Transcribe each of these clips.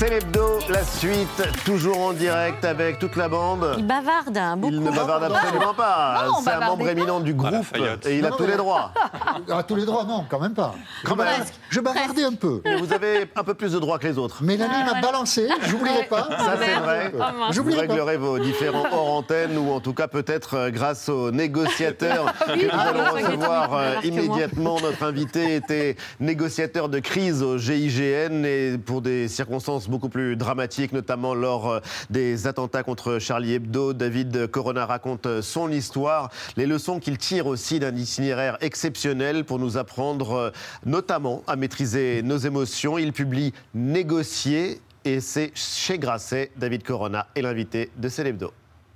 C'est l'hebdo, la suite, toujours en direct avec toute la bande. Il bavarde beaucoup. Il ne bavarde absolument pas. C'est un membre éminent du groupe et il a tous les droits. Tous les droits, non, quand même pas. Je bavardais un peu. Mais vous avez un peu plus de droits que les autres. Mélanie m'a balancé, j'oublierai pas. Ça, c'est vrai. Vous réglerez vos différends hors antenne ou en tout cas peut-être grâce aux négociateurs que nous allons recevoir immédiatement. Notre invité était négociateur de crise au GIGN et pour des circonstances beaucoup plus dramatiques, notamment lors des attentats contre Charlie Hebdo. David Corona raconte son histoire, les leçons qu'il tire aussi d'un itinéraire exceptionnel pour nous apprendre notamment à maîtriser nos émotions. Il publie Négocier et c'est chez Grasset. David Corona est l'invité de C'est l'Hebdo.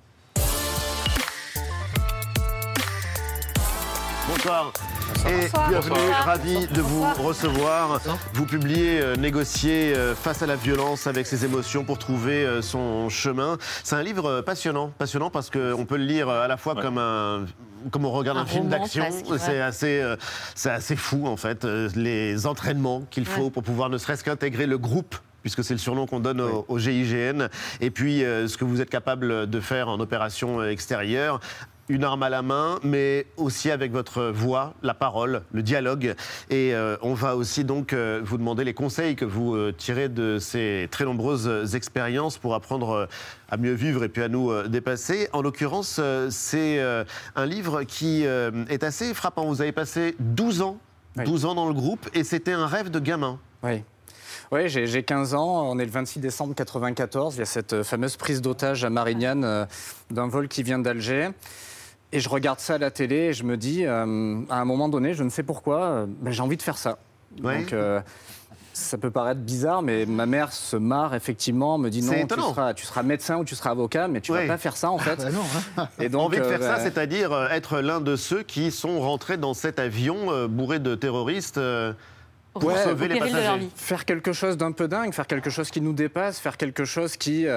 Bonsoir. Et bienvenue, ravi de vous recevoir. Vous publiez Négocier face à la violence avec ses émotions pour trouver son chemin. C'est un livre passionnant parce qu'on peut le lire à la fois comme on regarde un film d'action. C'est assez fou en fait, les entraînements qu'il faut pour pouvoir ne serait-ce qu'intégrer le groupe, puisque c'est le surnom qu'on donne au GIGN, et puis ce que vous êtes capable de faire en opération extérieure. Une arme à la main, mais aussi avec votre voix, la parole, le dialogue. Et on va aussi donc vous demander les conseils que vous tirez de ces très nombreuses expériences pour apprendre à mieux vivre et puis à nous dépasser. En l'occurrence, c'est un livre qui est assez frappant. Vous avez passé 12 ans dans le groupe et c'était un rêve de gamin. Oui, j'ai 15 ans, on est le 26 décembre 1994, il y a cette fameuse prise d'otage à Marignane d'un vol qui vient d'Alger. Et je regarde ça à la télé et je me dis, à un moment donné, je ne sais pourquoi, j'ai envie de faire ça. Donc, ça peut paraître bizarre, mais ma mère se marre effectivement, me dit non, tu seras médecin ou tu seras avocat, mais tu ne vas pas faire ça en fait. Et donc, envie de faire ça, c'est-à-dire être l'un de ceux qui sont rentrés dans cet avion bourré de terroristes pour sauver les passagers. Faire quelque chose d'un peu dingue, faire quelque chose qui nous dépasse, faire quelque chose qui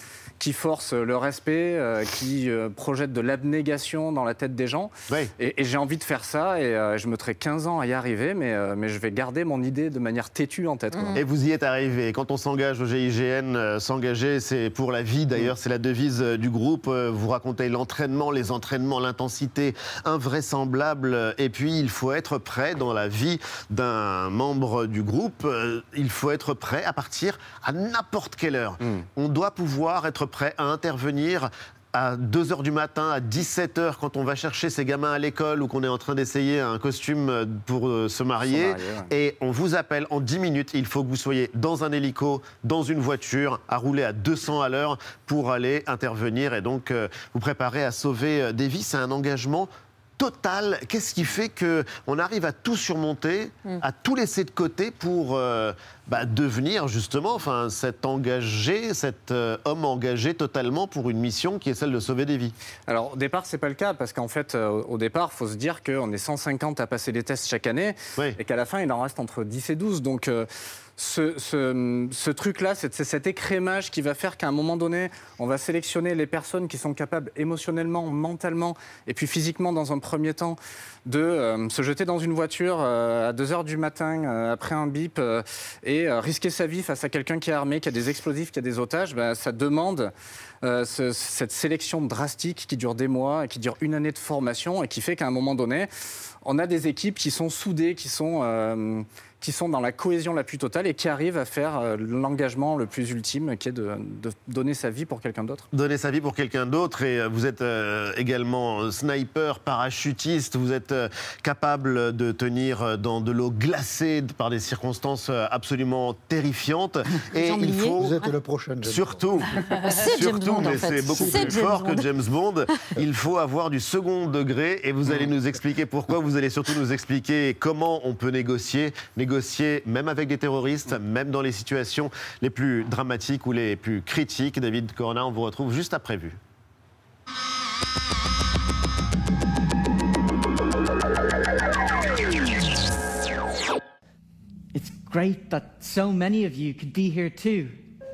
force le respect, qui projette de l'abnégation dans la tête des gens. Et j'ai envie de faire ça et je mettrai 15 ans à y arriver, mais je vais garder mon idée de manière têtue en tête. Et vous y êtes arrivé. Quand on s'engage au GIGN, s'engager, c'est pour la vie. D'ailleurs, c'est la devise du groupe. Vous racontez l'entraînement, les entraînements, l'intensité invraisemblable. Et puis, il faut être prêt dans la vie d'un membre du groupe. Il faut être prêt à partir à n'importe quelle heure. On doit pouvoir être prêt à intervenir à 2h du matin, à 17h, quand on va chercher ses gamins à l'école ou qu'on est en train d'essayer un costume pour se marier. Et on vous appelle en 10 minutes. Il faut que vous soyez dans un hélico, dans une voiture, à rouler à 200 à l'heure pour aller intervenir et donc vous préparer à sauver des vies. C'est un engagement total. Qu'est-ce qui fait qu'on arrive à tout surmonter, à tout laisser de côté pour devenir justement cet homme engagé totalement pour une mission qui est celle de sauver des vies? Alors au départ, c'est pas le cas parce qu'en fait, au départ, il faut se dire qu'on est 150 à passer les tests chaque année et qu'à la fin, il en reste entre 10 et 12. Donc ce truc-là, c'est cet écrémage qui va faire qu'à un moment donné, on va sélectionner les personnes qui sont capables émotionnellement, mentalement et puis physiquement dans un premier temps de se jeter dans une voiture à 2h du matin après un bip et risquer sa vie face à quelqu'un qui est armé, qui a des explosifs, qui a des otages. Ça demande cette sélection drastique qui dure des mois, et qui dure une année de formation et qui fait qu'à un moment donné, on a des équipes qui sont soudées, qui sont dans la cohésion la plus totale et qui arrivent à faire l'engagement le plus ultime, qui est de donner sa vie pour quelqu'un d'autre. Donner sa vie pour quelqu'un d'autre, et vous êtes également sniper, parachutiste, vous êtes capable de tenir dans de l'eau glacée par des circonstances absolument terrifiantes. Et il faut... Vous êtes le prochain James Surtout, Bond, mais en fait. c'est beaucoup plus fort que James Bond. Il faut avoir du second degré et vous allez nous expliquer pourquoi. Vous allez surtout nous expliquer comment on peut négocier même avec des terroristes, même dans les situations les plus dramatiques ou les plus critiques. David Corona, on vous retrouve juste après vue. It's great that so many of you could be here too.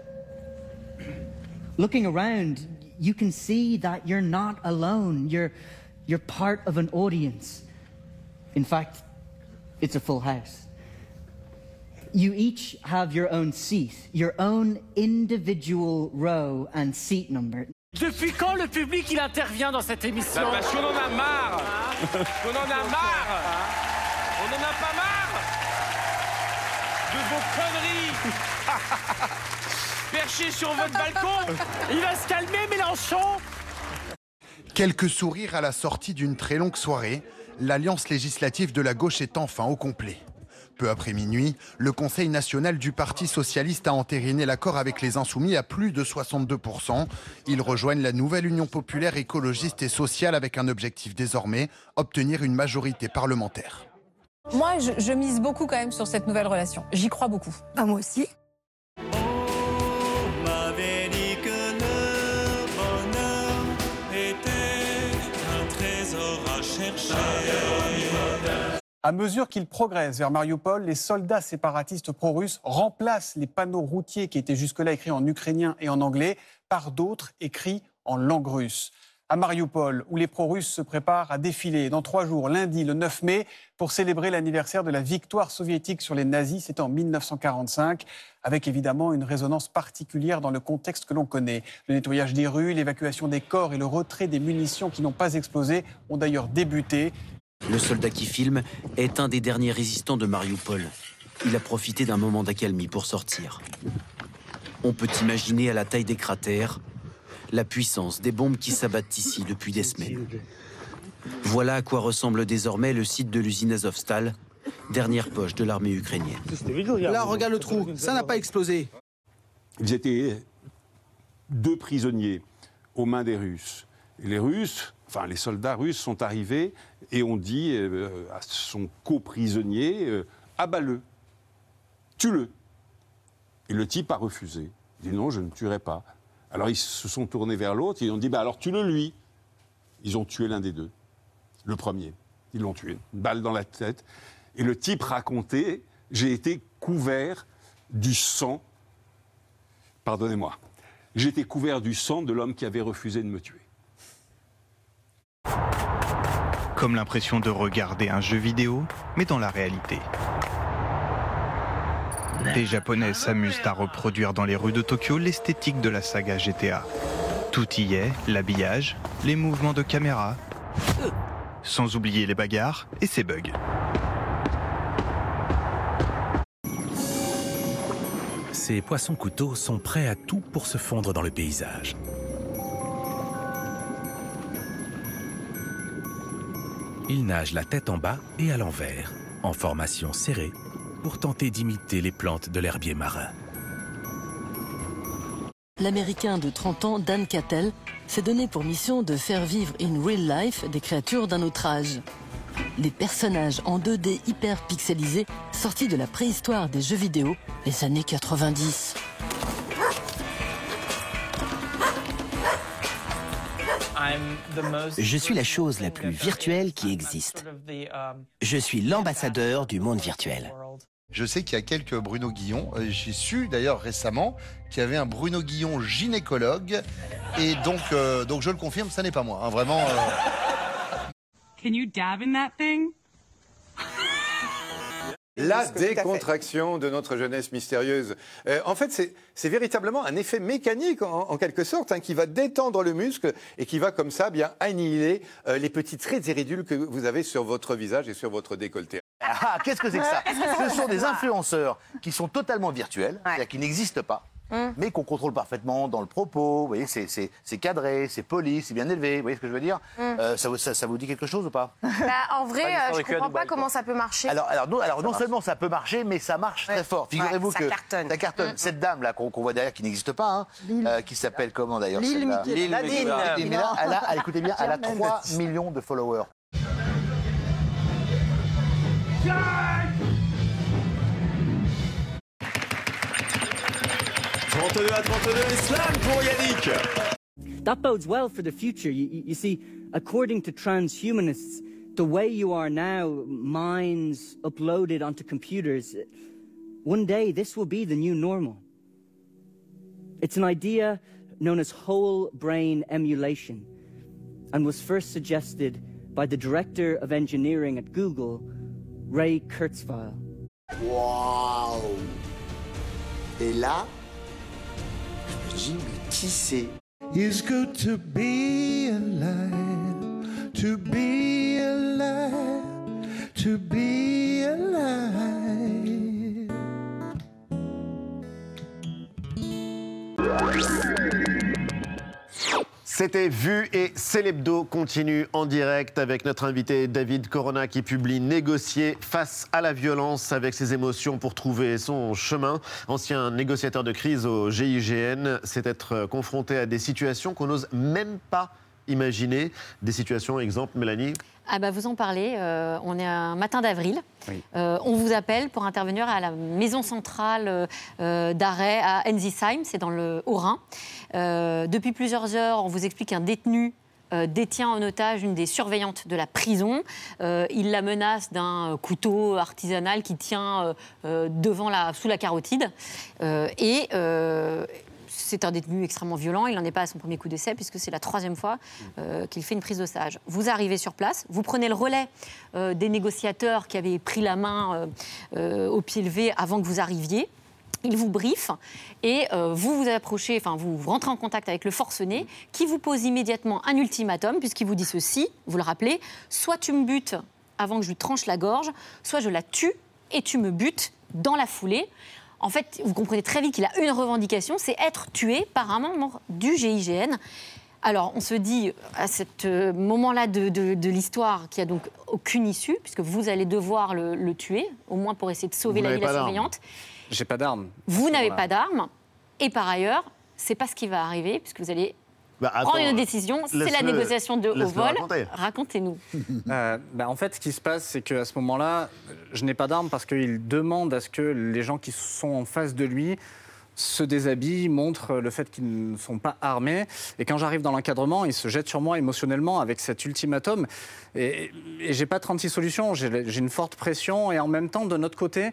Looking around, you can see that you're not alone. You're part of an audience. In fact, it's a full house. You each have your own seat, your own individual row and seat number. Depuis quand le public il intervient dans cette émission? Parce qu'on en a marre. On en a marre. On n'en a pas marre de vos conneries. Perché sur votre balcon. Il va se calmer, Mélenchon. Quelques sourires à la sortie d'une très longue soirée, l'alliance législative de la gauche est enfin au complet. Peu après minuit, le Conseil national du Parti socialiste a entériné l'accord avec les Insoumis à plus de 62%. Ils rejoignent la nouvelle Union populaire écologiste et sociale avec un objectif désormais, obtenir une majorité parlementaire. Moi, je mise beaucoup quand même sur cette nouvelle relation. J'y crois beaucoup. Ah, moi aussi. À mesure qu'ils progressent vers Mariupol, les soldats séparatistes pro-russes remplacent les panneaux routiers qui étaient jusque-là écrits en ukrainien et en anglais par d'autres écrits en langue russe. À Mariupol, où les pro-russes se préparent à défiler dans 3 jours, lundi le 9 mai, pour célébrer l'anniversaire de la victoire soviétique sur les nazis, c'était en 1945, avec évidemment une résonance particulière dans le contexte que l'on connaît. Le nettoyage des rues, l'évacuation des corps et le retrait des munitions qui n'ont pas explosé ont d'ailleurs débuté. Le soldat qui filme est un des derniers résistants de Mariupol. Il a profité d'un moment d'accalmie pour sortir. On peut imaginer à la taille des cratères la puissance des bombes qui s'abattent ici depuis des semaines. Voilà à quoi ressemble désormais le site de l'usine Azovstal, dernière poche de l'armée ukrainienne. Là, regarde le trou, ça n'a pas explosé. Ils étaient 2 prisonniers aux mains des Russes. Et les soldats russes sont arrivés et ont dit à son coprisonnier abat-le, tue-le. Et le type a refusé. Il dit non, je ne tuerai pas. Alors ils se sont tournés vers l'autre et ils ont dit alors tue-le lui. Ils ont tué l'un des deux, le premier. Ils l'ont tué, une balle dans la tête. Et le type racontait j'ai été couvert du sang, pardonnez-moi, j'ai été couvert du sang de l'homme qui avait refusé de me tuer. Comme l'impression de regarder un jeu vidéo, mais dans la réalité. Des Japonais s'amusent à reproduire dans les rues de Tokyo l'esthétique de la saga GTA. Tout y est, l'habillage, les mouvements de caméra, sans oublier les bagarres et ses bugs. Ces poissons-couteaux sont prêts à tout pour se fondre dans le paysage. Ils nagent la tête en bas et à l'envers, en formation serrée, pour tenter d'imiter les plantes de l'herbier marin. L'Américain de 30 ans, Dan Cattell, s'est donné pour mission de faire vivre in real life des créatures d'un autre âge. Des personnages en 2D hyper pixelisés sortis de la préhistoire des jeux vidéo, les années 90. Je suis la chose la plus virtuelle qui existe. Je suis l'ambassadeur du monde virtuel. Je sais qu'il y a quelques Bruno Guillon. J'ai su d'ailleurs récemment qu'il y avait un Bruno Guillon gynécologue. Et donc je le confirme, ça n'est pas moi. Hein, vraiment. Can you dab in that thing? La décontraction de notre jeunesse mystérieuse. En fait, c'est véritablement un effet mécanique, en quelque sorte, hein, qui va détendre le muscle et qui va, comme ça, bien annihiler les petits traits iridules que vous avez sur votre visage et sur votre décolleté. Ah, qu'est-ce que c'est que ça? Ce sont des influenceurs qui sont totalement virtuels, c'est-à-dire qui n'existent pas, mais qu'on contrôle parfaitement dans le propos. Vous voyez, c'est cadré, c'est poli, c'est bien élevé. Vous voyez ce que je veux dire? Ça vous dit quelque chose ou pas? En vrai, je comprends pas comment ça peut marcher. Alors non seulement ça peut marcher, mais ça marche très fort. Figurez-vous que ça cartonne. Cette dame là qu'on voit derrière, qui n'existe pas, hein, qui s'appelle comment d'ailleurs? Nadine. Écoutez bien, elle a 3 millions de followers. 32 à 32, slam pour Yannick. That bodes well for the future. You see, according to transhumanists, the way you are now, minds uploaded onto computers, one day this will be the new normal. It's an idea known as whole brain emulation and was first suggested by the director of engineering at Google, Ray Kurzweil. Waouh! Et là, je me dis, mais qui c'est? It's good to be alive, to be alive, to be alive. C'était Vu et C'est l'Hebdo continue en direct avec notre invité David Corona qui publie Négocier face à la violence avec ses émotions pour trouver son chemin. Ancien négociateur de crise au GIGN, c'est être confronté à des situations qu'on n'ose même pas imaginer. Des situations, exemple, Mélanie? Ah bah vous en parlez, on est un matin d'avril. Oui. On vous appelle pour intervenir à la maison centrale d'arrêt à Ensisheim, c'est dans le Haut-Rhin. Depuis plusieurs heures, on vous explique qu'un détenu détient en otage une des surveillantes de la prison. Il la menace d'un couteau artisanal qui tient sous la carotide. C'est un détenu extrêmement violent, il n'en est pas à son premier coup d'essai puisque c'est la 3e fois qu'il fait une prise d'otage. Vous arrivez sur place, vous prenez le relais des négociateurs qui avaient pris la main au pied levé avant que vous arriviez. Ils vous briefent et vous approchez, vous rentrez en contact avec le forcené qui vous pose immédiatement un ultimatum puisqu'il vous dit ceci, vous le rappelez, soit tu me butes avant que je lui tranche la gorge, soit je la tue et tu me butes dans la foulée. En fait, vous comprenez très vite qu'il a une revendication, c'est être tué par un membre du GIGN. Alors, on se dit, à ce moment-là de l'histoire, qu'il n'y a donc aucune issue, puisque vous allez devoir le tuer, au moins pour essayer de sauver la vie de la surveillante. J'ai pas d'arme. Vous n'avez pas d'arme. Et par ailleurs, c'est pas ce qui va arriver, puisque vous allez prendre une décision. C'est la négociation de haut vol. Racontez-nous. En fait, ce qui se passe, c'est qu'à ce moment-là, je n'ai pas d'arme parce qu'il demande à ce que les gens qui sont en face de lui se déshabillent, montrent le fait qu'ils ne sont pas armés. Et quand j'arrive dans l'encadrement, il se jette sur moi émotionnellement avec cet ultimatum. Et j'ai pas 36 solutions, j'ai une forte pression. Et en même temps, de notre côté,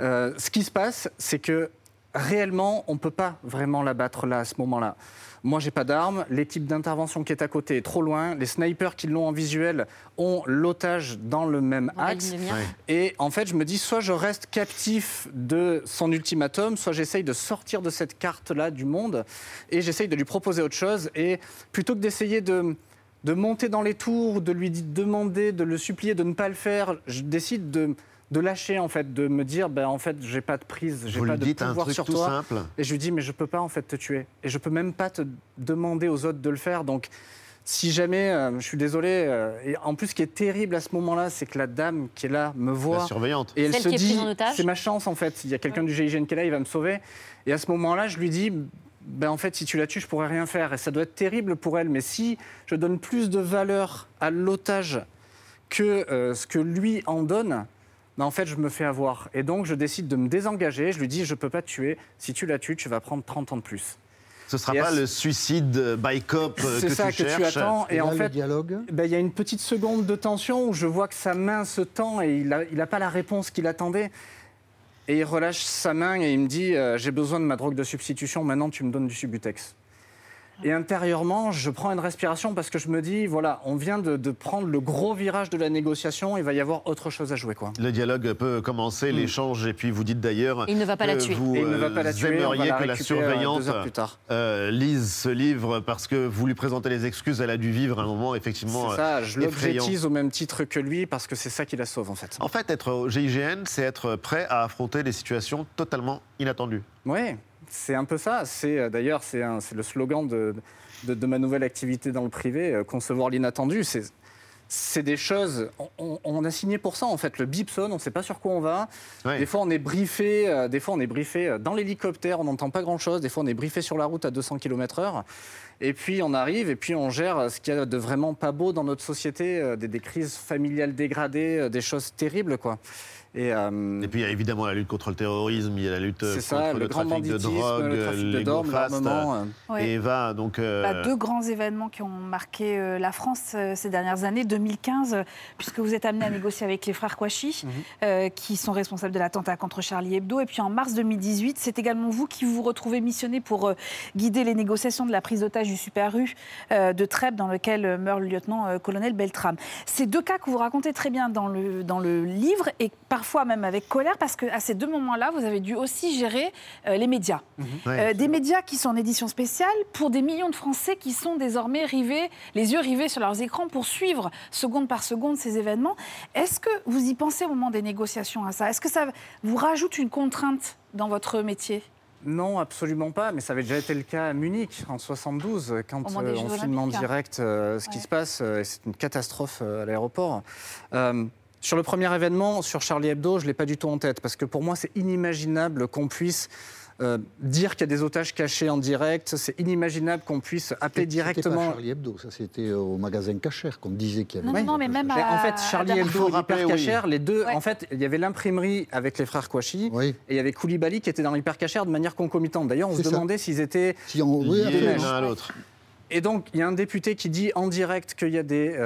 ce qui se passe, c'est que réellement, on ne peut pas vraiment l'abattre là, à ce moment-là. Moi, j'ai pas d'arme. L'équipe d'intervention qui est à côté est trop loin. Les snipers qui l'ont en visuel ont l'otage dans le même axe. Et en fait, je me dis, soit je reste captif de son ultimatum, soit j'essaye de sortir de cette carte-là du monde et j'essaye de lui proposer autre chose. Et plutôt que d'essayer de monter dans les tours, de lui demander, de le supplier de ne pas le faire, je décide de lâcher, en fait, de me dire, en fait, j'ai pas de prise, j'ai pas de pouvoir sur toi. Simple. Et je lui dis, mais je peux pas, en fait, te tuer. Et je peux même pas te demander aux autres de le faire. Donc, si jamais, je suis désolé, et en plus, ce qui est terrible à ce moment-là, c'est que la dame qui est là me voit. La surveillante. Et elle se dit, c'est ma chance, en fait. Il y a quelqu'un du GIGN qui est là, il va me sauver. Et à ce moment-là, je lui dis, en fait, si tu la tues, je pourrais rien faire. Et ça doit être terrible pour elle. Mais si je donne plus de valeur à l'otage que ce que lui en donne, en fait, je me fais avoir. Et donc, je décide de me désengager. Je lui dis, je ne peux pas te tuer. Si tu la tues, tu vas prendre 30 ans de plus. Ce ne sera pas le suicide by cop que tu cherches. C'est ça que tu attends. Et en fait, il y a une petite seconde de tension où je vois que sa main se tend et il n'a pas la réponse qu'il attendait. Et il relâche sa main et il me dit, j'ai besoin de ma drogue de substitution. Maintenant, tu me donnes du Subutex. Et intérieurement, je prends une respiration parce que je me dis, voilà, on vient de prendre le gros virage de la négociation, il va y avoir autre chose à jouer, quoi. Le dialogue peut commencer, l'échange, et puis vous dites d'ailleurs... Il ne va pas la tuer. Vous aimeriez que la surveillante 2 heures plus tard. Lise ce livre parce que vous lui présentez les excuses, elle a dû vivre un moment effectivement c'est ça, je l'objectise au même titre que lui parce que c'est ça qui la sauve, en fait. En fait, être au GIGN, c'est être prêt à affronter des situations totalement inattendues. Oui. C'est un peu ça. D'ailleurs, c'est le slogan de ma nouvelle activité dans le privé, concevoir l'inattendu. C'est des choses... On a signé pour ça, en fait. Le bip sonne, on ne sait pas sur quoi on va. Ouais. Des fois, on est briefé dans l'hélicoptère, on n'entend pas grand-chose. Des fois, on est briefé sur la route à 200 km/h. Et puis, on arrive et puis on gère ce qu'il y a de vraiment pas beau dans notre société, des crises familiales dégradées, des choses terribles, quoi. Et puis il y a évidemment la lutte contre le terrorisme, il y a la lutte contre le trafic de drogue, les go-fast. Et Eva, donc... 2 grands événements qui ont marqué la France ces dernières années. 2015, puisque vous êtes amené à négocier avec les frères Kouachi, qui sont responsables de l'attentat contre Charlie Hebdo. Et puis en mars 2018, c'est également vous qui vous retrouvez missionné pour guider les négociations de la prise d'otage village du Super U de Trèbes dans lequel meurt le lieutenant-colonel Beltrame. Ces 2 cas que vous racontez très bien dans le livre et parfois même avec colère parce qu'à ces 2 moments-là, vous avez dû aussi gérer les médias. Des médias qui sont en édition spéciale pour des millions de Français qui sont désormais les yeux rivés sur leurs écrans pour suivre seconde par seconde ces événements. Est-ce que vous y pensez au moment des négociations à ça? Est-ce que ça vous rajoute une contrainte dans votre métier? Non, absolument pas, mais ça avait déjà été le cas à Munich en 72, quand on filme en direct ce qui se passe, et c'est une catastrophe à l'aéroport. Sur le premier événement, sur Charlie Hebdo, je ne l'ai pas du tout en tête, parce que pour moi, c'est inimaginable qu'on puisse dire qu'il y a des otages cachés en direct, c'est inimaginable qu'on puisse appeler directement... C'était pas Charlie Hebdo, ça c'était au magasin Cacher qu'on disait qu'il y avait... Non, mais même en fait, Charlie Hebdo et Hyper Cacher, les deux... En fait, il y avait l'imprimerie avec les frères Kouachi, et il y avait Koulibaly qui était dans l'Hyper Cacher de manière concomitante. D'ailleurs, on se demandait s'ils étaient liés l'un à l'autre. Et donc, il y a un député qui dit en direct qu'il y a des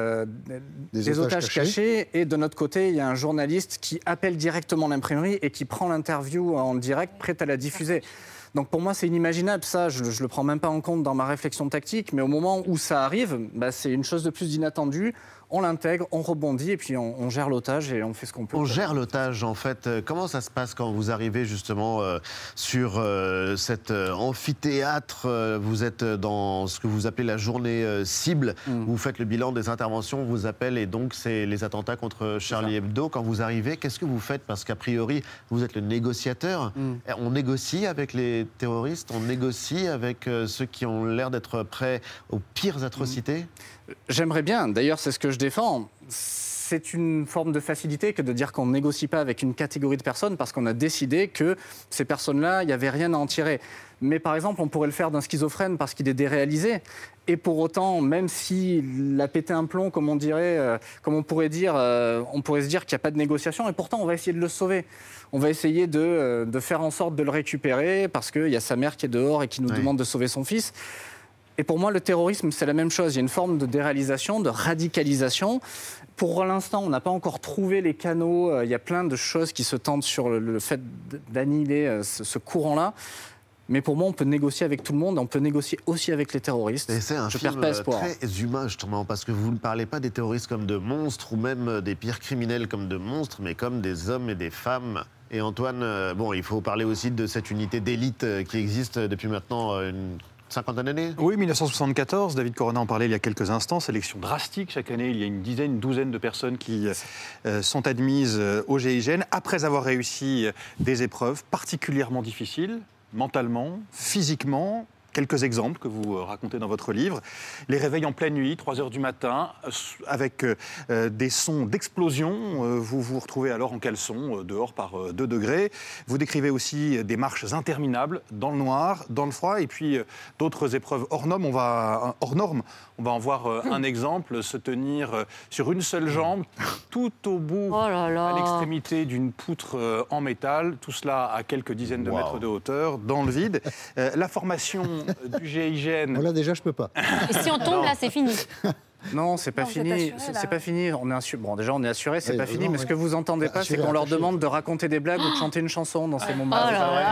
otages cachés. Et de notre côté, il y a un journaliste qui appelle directement l'imprimerie et qui prend l'interview en direct, prête à la diffuser. Donc pour moi, c'est inimaginable. Ça, je ne le prends même pas en compte dans ma réflexion tactique. Mais au moment où ça arrive, c'est une chose de plus inattendue. On l'intègre, on rebondit et puis on gère l'otage et on fait ce qu'on peut. On gère l'otage, en fait. Comment ça se passe quand vous arrivez justement sur cet amphithéâtre? Vous êtes dans ce que vous appelez la journée cible. Vous faites le bilan des interventions, on vous appelle et donc c'est les attentats contre Charlie Hebdo. Quand vous arrivez, qu'est-ce que vous faites? Parce qu'a priori, vous êtes le négociateur. On négocie avec les terroristes, on négocie avec ceux qui ont l'air d'être prêts aux pires atrocités. J'aimerais bien, d'ailleurs c'est ce que je défends. C'est une forme de facilité que de dire qu'on ne négocie pas avec une catégorie de personnes parce qu'on a décidé que ces personnes-là, il n'y avait rien à en tirer. Mais par exemple, on pourrait le faire d'un schizophrène parce qu'il est déréalisé. Et pour autant, même s'il a pété un plomb, comme on pourrait se dire qu'il n'y a pas de négociation, et pourtant on va essayer de le sauver. On va essayer de faire en sorte de le récupérer parce qu'il y a sa mère qui est dehors et qui nous demande de sauver son fils. Et pour moi, le terrorisme, c'est la même chose. Il y a une forme de déréalisation, de radicalisation. Pour l'instant, on n'a pas encore trouvé les canaux. Il y a plein de choses qui se tentent sur le fait d'annihiler ce courant-là. Mais pour moi, on peut négocier avec tout le monde. On peut négocier aussi avec les terroristes. Et c'est un film très humain, justement, parce que vous ne parlez pas des terroristes comme de monstres ou même des pires criminels comme de monstres, mais comme des hommes et des femmes. Et Antoine, il faut parler aussi de cette unité d'élite qui existe depuis maintenant une cinquantaine d'années. Oui, 1974, David Corona en parlait il y a quelques instants, sélection drastique. Chaque année, il y a une douzaine de personnes qui sont admises au GIGN après avoir réussi des épreuves particulièrement difficiles, mentalement, physiquement. Quelques exemples que vous racontez dans votre livre. Les réveils en pleine nuit, 3 heures du matin, avec des sons d'explosion. Vous vous retrouvez alors en caleçon, dehors par 2 degrés. Vous décrivez aussi des marches interminables, dans le noir, dans le froid, et puis d'autres épreuves hors normes. On va en voir un exemple, se tenir sur une seule jambe, tout au bout, à l'extrémité d'une poutre en métal. Tout cela à quelques dizaines de mètres de hauteur, dans le vide. La formation du GIGN. Voilà, déjà, je peux pas. Et si on tombe, là, c'est fini. Non, c'est pas fini. C'est pas fini. On est assuré. Bon, déjà, on est assuré, c'est pas fini. Mais ce que vous entendez pas, c'est qu'on leur demande de raconter des blagues ou de chanter une chanson dans ces moments.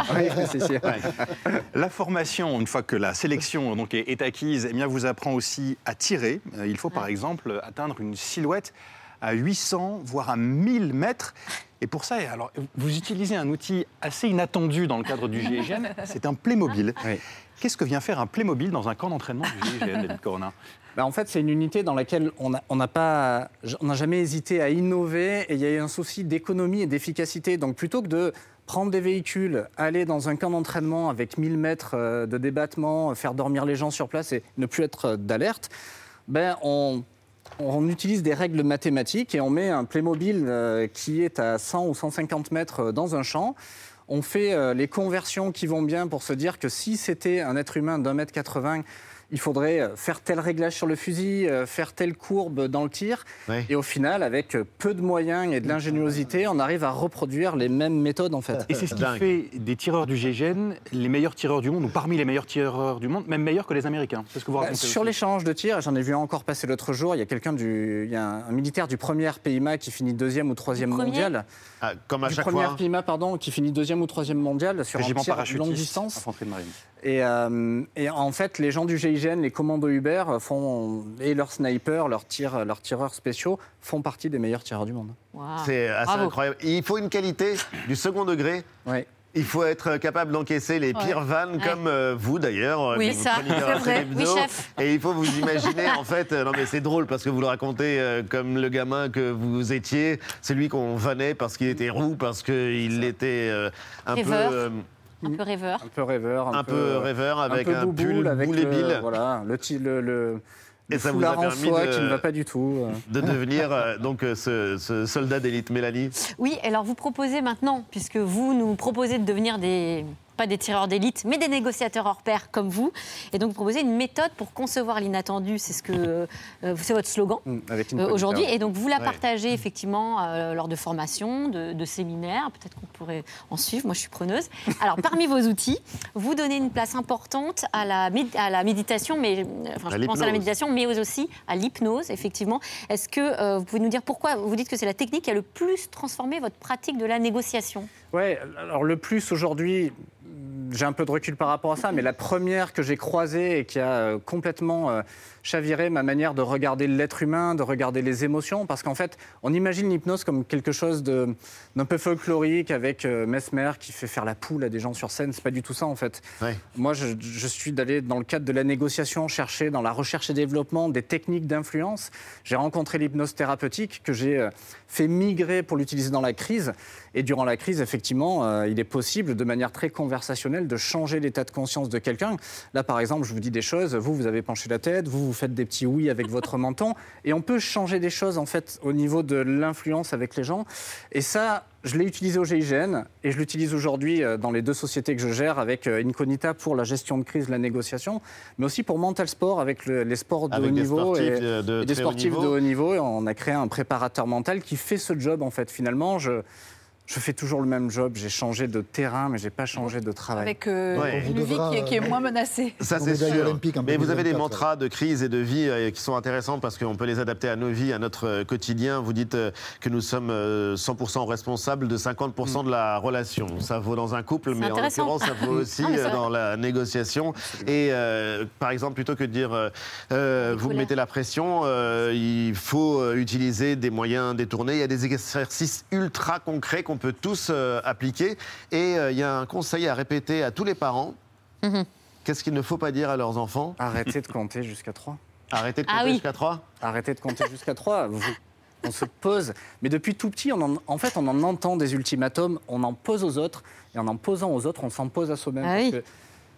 La formation, une fois que la sélection donc est acquise, vous apprend aussi à tirer. Il faut, par exemple, atteindre une silhouette à 800, voire à 1000 mètres. Et pour ça, alors, vous utilisez un outil assez inattendu dans le cadre du GIGN, c'est un Playmobil. Qu'est-ce que vient faire un Playmobil dans un camp d'entraînement du GIGN, David Corona? En fait, c'est une unité dans laquelle on n'a jamais hésité à innover et il y a eu un souci d'économie et d'efficacité. Donc plutôt que de prendre des véhicules, aller dans un camp d'entraînement avec 1000 mètres de débattement, faire dormir les gens sur place et ne plus être d'alerte, on utilise des règles mathématiques et on met un Playmobil qui est à 100 ou 150 mètres dans un champ. On fait les conversions qui vont bien pour se dire que si c'était un être humain d'1,80 m, il faudrait faire tel réglage sur le fusil, faire telle courbe dans le tir. Et au final, avec peu de moyens et de l'ingéniosité, on arrive à reproduire les mêmes méthodes, en fait. Et c'est ce qui fait des tireurs du GIGN les meilleurs tireurs du monde, ou parmi les meilleurs tireurs du monde, même meilleurs que les Américains. C'est ce que vous racontez sur l'échange de tirs, j'en ai vu encore passer l'autre jour, il y a un militaire du premier PIMA qui finit 2e ou 3e mondial. Comme à chaque fois. Du premier PIMA, qui finit 2e ou 3e mondial sur un tir de longue distance. Infanterie de marine. Et en fait, les gens du GIGN, les commandos Uber et leurs snipers, leurs tireurs spéciaux font partie des meilleurs tireurs du monde. Wow. C'est assez incroyable. Il faut une qualité du second degré. Oui. Il faut être capable d'encaisser les pires vannes, comme vous d'ailleurs. Oui, ça, c'est vrai. Oui, chef. Et il faut vous imaginer, en fait, non mais c'est drôle parce que vous le racontez comme le gamin que vous étiez, celui qu'on vannait parce qu'il était roux, parce qu'il était un peu... Un peu rêveur. Un peu rêveur. Un peu rêveur avec un pull boule-et-bille. Voilà, et ça vous a permis qui ne va pas du tout. De devenir donc ce soldat d'élite. Mélanie. Oui, alors vous proposez maintenant, puisque vous nous proposez de devenir pas des tireurs d'élite, mais des négociateurs hors pair comme vous. Et donc, vous proposez une méthode pour concevoir l'inattendu. C'est c'est votre slogan aujourd'hui. Et donc, vous la partagez effectivement lors de formations, de séminaires. Peut-être qu'on pourrait en suivre. Moi, je suis preneuse. Alors, parmi vos outils, vous donnez une place importante à la méditation, mais je pense à la méditation, mais aussi à l'hypnose, effectivement. Est-ce que vous pouvez nous dire pourquoi vous dites que c'est la technique qui a le plus transformé votre pratique de la négociation? Oui, alors le plus aujourd'hui, j'ai un peu de recul par rapport à ça, mais la première que j'ai croisée et qui a complètement chaviré ma manière de regarder l'être humain, de regarder les émotions, parce qu'en fait, on imagine l'hypnose comme quelque chose d'un peu folklorique avec Mesmer qui fait faire la poule à des gens sur scène. C'est pas du tout ça, en fait. Ouais. Moi, je suis d'aller dans le cadre de la négociation, chercher dans la recherche et développement des techniques d'influence. J'ai rencontré l'hypnose thérapeutique que j'ai fait migrer pour l'utiliser dans la crise. Et durant la crise, effectivement, il est possible, de manière très conversationnelle, de changer l'état de conscience de quelqu'un. Là, par exemple, je vous dis des choses, vous avez penché la tête, vous faites des petits oui avec votre menton, et on peut changer des choses, en fait, au niveau de l'influence avec les gens. Et ça, je l'ai utilisé au GIGN, et je l'utilise aujourd'hui dans les 2 sociétés que je gère, avec Incognita pour la gestion de crise, la négociation, mais aussi pour Mental Sport, avec les sports de haut niveau et des sportifs de haut niveau. Et on a créé un préparateur mental qui fait ce job, en fait. Finalement, je fais toujours le même job, j'ai changé de terrain, mais je n'ai pas changé de travail. Avec une vie qui est moins menacée. Ça, c'est sûr. Mais vous avez des mantras de crise et de vie qui sont intéressants parce qu'on peut les adapter à nos vies, à notre quotidien. Vous dites que nous sommes 100% responsables de 50% de la relation. Ça vaut dans un couple, mais en l'occurrence, ça vaut aussi dans la négociation. Et par exemple, plutôt que de dire vous me mettez la pression, il faut utiliser des moyens détournés. Il y a des exercices ultra concrets qu'on peut tous appliquer. Et il y a un conseil à répéter à tous les parents. Qu'est-ce qu'il ne faut pas dire à leurs enfants? Arrêtez de compter jusqu'à 3. Arrêtez de compter jusqu'à 3? Arrêtez de compter jusqu'à 3. On se pose. Mais depuis tout petit, on en entend des ultimatums, on en pose aux autres. Et en posant aux autres, on s'en pose à soi-même. Parce que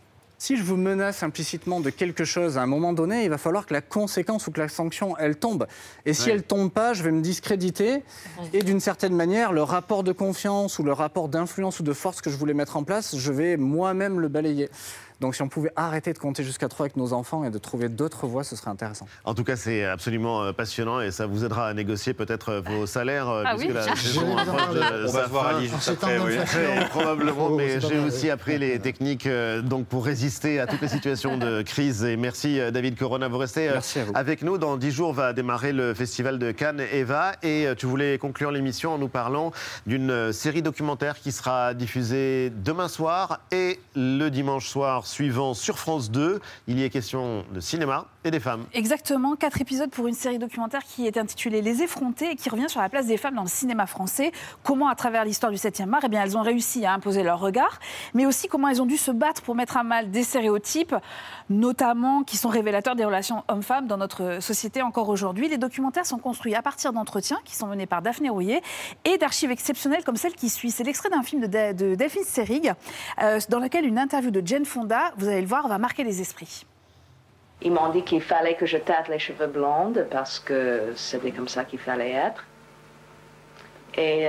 si je vous menace implicitement de quelque chose à un moment donné, il va falloir que la conséquence ou que la sanction, elle tombe. Et si elle ne tombe pas, je vais me discréditer. Et d'une certaine manière, le rapport de confiance ou le rapport d'influence ou de force que je voulais mettre en place, je vais moi-même le balayer. Donc si on pouvait arrêter de compter jusqu'à 3 avec nos enfants et de trouver d'autres voies, ce serait intéressant. En tout cas, c'est absolument passionnant et ça vous aidera à négocier peut-être vos salaires. Puisque la saison approche de on va se voir Ali juste après, oui. Probablement, mais j'ai aussi appris les techniques donc pour résister à toutes les situations de crise. Et merci David Corona, vous restez avec nous. Dans 10 jours va démarrer le festival de Cannes Eva. Et tu voulais conclure l'émission en nous parlant d'une série documentaire qui sera diffusée demain soir et le dimanche soir suivant sur France 2. Il y est question de cinéma et des femmes. Exactement, 4 épisodes pour une série documentaire qui est intitulée Les Effrontés et qui revient sur la place des femmes dans le cinéma français. Comment, à travers l'histoire du 7e art, elles ont réussi à imposer leur regard, mais aussi comment elles ont dû se battre pour mettre à mal des stéréotypes, notamment qui sont révélateurs des relations hommes-femmes dans notre société encore aujourd'hui. Les documentaires sont construits à partir d'entretiens qui sont menés par Daphné Rouillet et d'archives exceptionnelles comme celle qui suit. C'est l'extrait d'un film de Delphine Seyrig, dans lequel une interview de Jane Fonda, vous allez le voir, va marquer les esprits. Ils m'ont dit qu'il fallait que je teinte les cheveux blondes parce que c'était comme ça qu'il fallait être. Et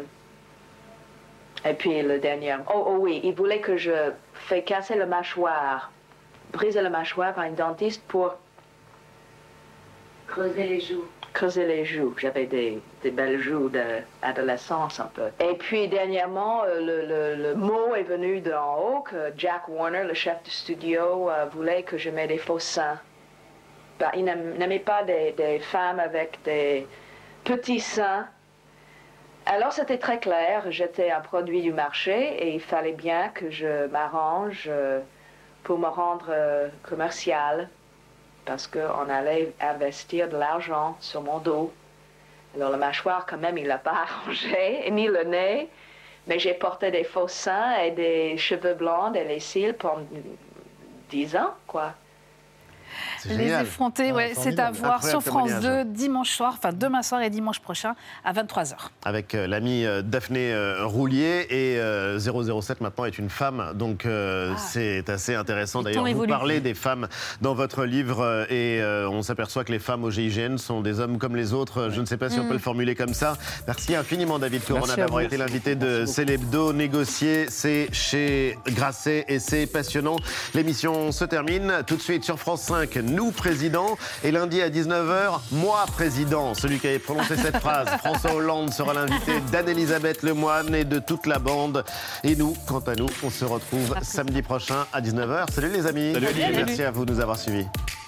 puis le dernier... Oh oui, ils voulaient que je fasse casser le mâchoire, briser le mâchoire par une dentiste pour creuser les joues. Creuser les joues. J'avais des belles joues d'adolescence un peu. Et puis dernièrement, le mot est venu d'en haut que Jack Warner, le chef du studio, voulait que je mette des faux seins. Il n'aimait pas des femmes avec des petits seins. Alors c'était très clair, j'étais un produit du marché et il fallait bien que je m'arrange pour me rendre commerciale, parce qu'on allait investir de l'argent sur mon dos. Alors, le mâchoire, quand même, il l'a pas arrangé, ni le nez. Mais j'ai porté des faux seins et des cheveux blancs et les cils pendant 10 ans, quoi. Les effrontés, ouais, c'est à voir sur France 2 dimanche soir, enfin demain soir et dimanche prochain à 23h. Avec l'amie Daphné Roulier et 007 maintenant est une femme, donc c'est assez intéressant. D'ailleurs, vous parlez des femmes dans votre livre et on s'aperçoit que les femmes au GIGN sont des hommes comme les autres. Je ne sais pas si on peut le formuler comme ça. Merci infiniment David Corona d'avoir été l'invité de C'est l'Hebdo. Négocier, c'est chez Grasset et c'est passionnant. L'émission se termine tout de suite sur France 5. Nous, président, et lundi à 19h, moi, président. Celui qui avait prononcé cette phrase, François Hollande, sera l'invité d'Anne-Elisabeth Lemoine et de toute la bande. Et nous, quant à nous, on se retrouve samedi prochain à 19h. Salut les amis. Salut. Merci à vous de nous avoir suivis.